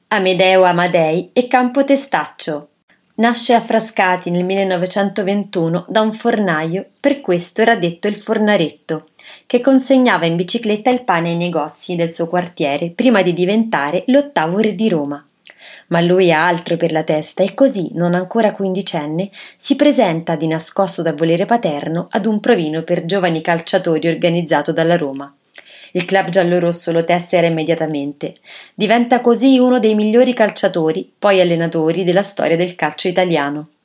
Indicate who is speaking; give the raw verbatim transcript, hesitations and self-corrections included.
Speaker 1: Amedeo Amadei e Campo Testaccio. Nasce a Frascati nel millenovecentoventuno da un fornaio, per questo era detto il fornaretto, che consegnava in bicicletta il pane ai negozi del suo quartiere prima di diventare l'ottavo re di Roma. Ma lui ha altro per la testa e così, non ancora quindicenne, si presenta di nascosto dal volere paterno ad un provino per giovani calciatori organizzato dalla Roma. Il club giallorosso lo tessera immediatamente. Diventa così uno dei migliori calciatori, poi allenatori, della storia del calcio italiano.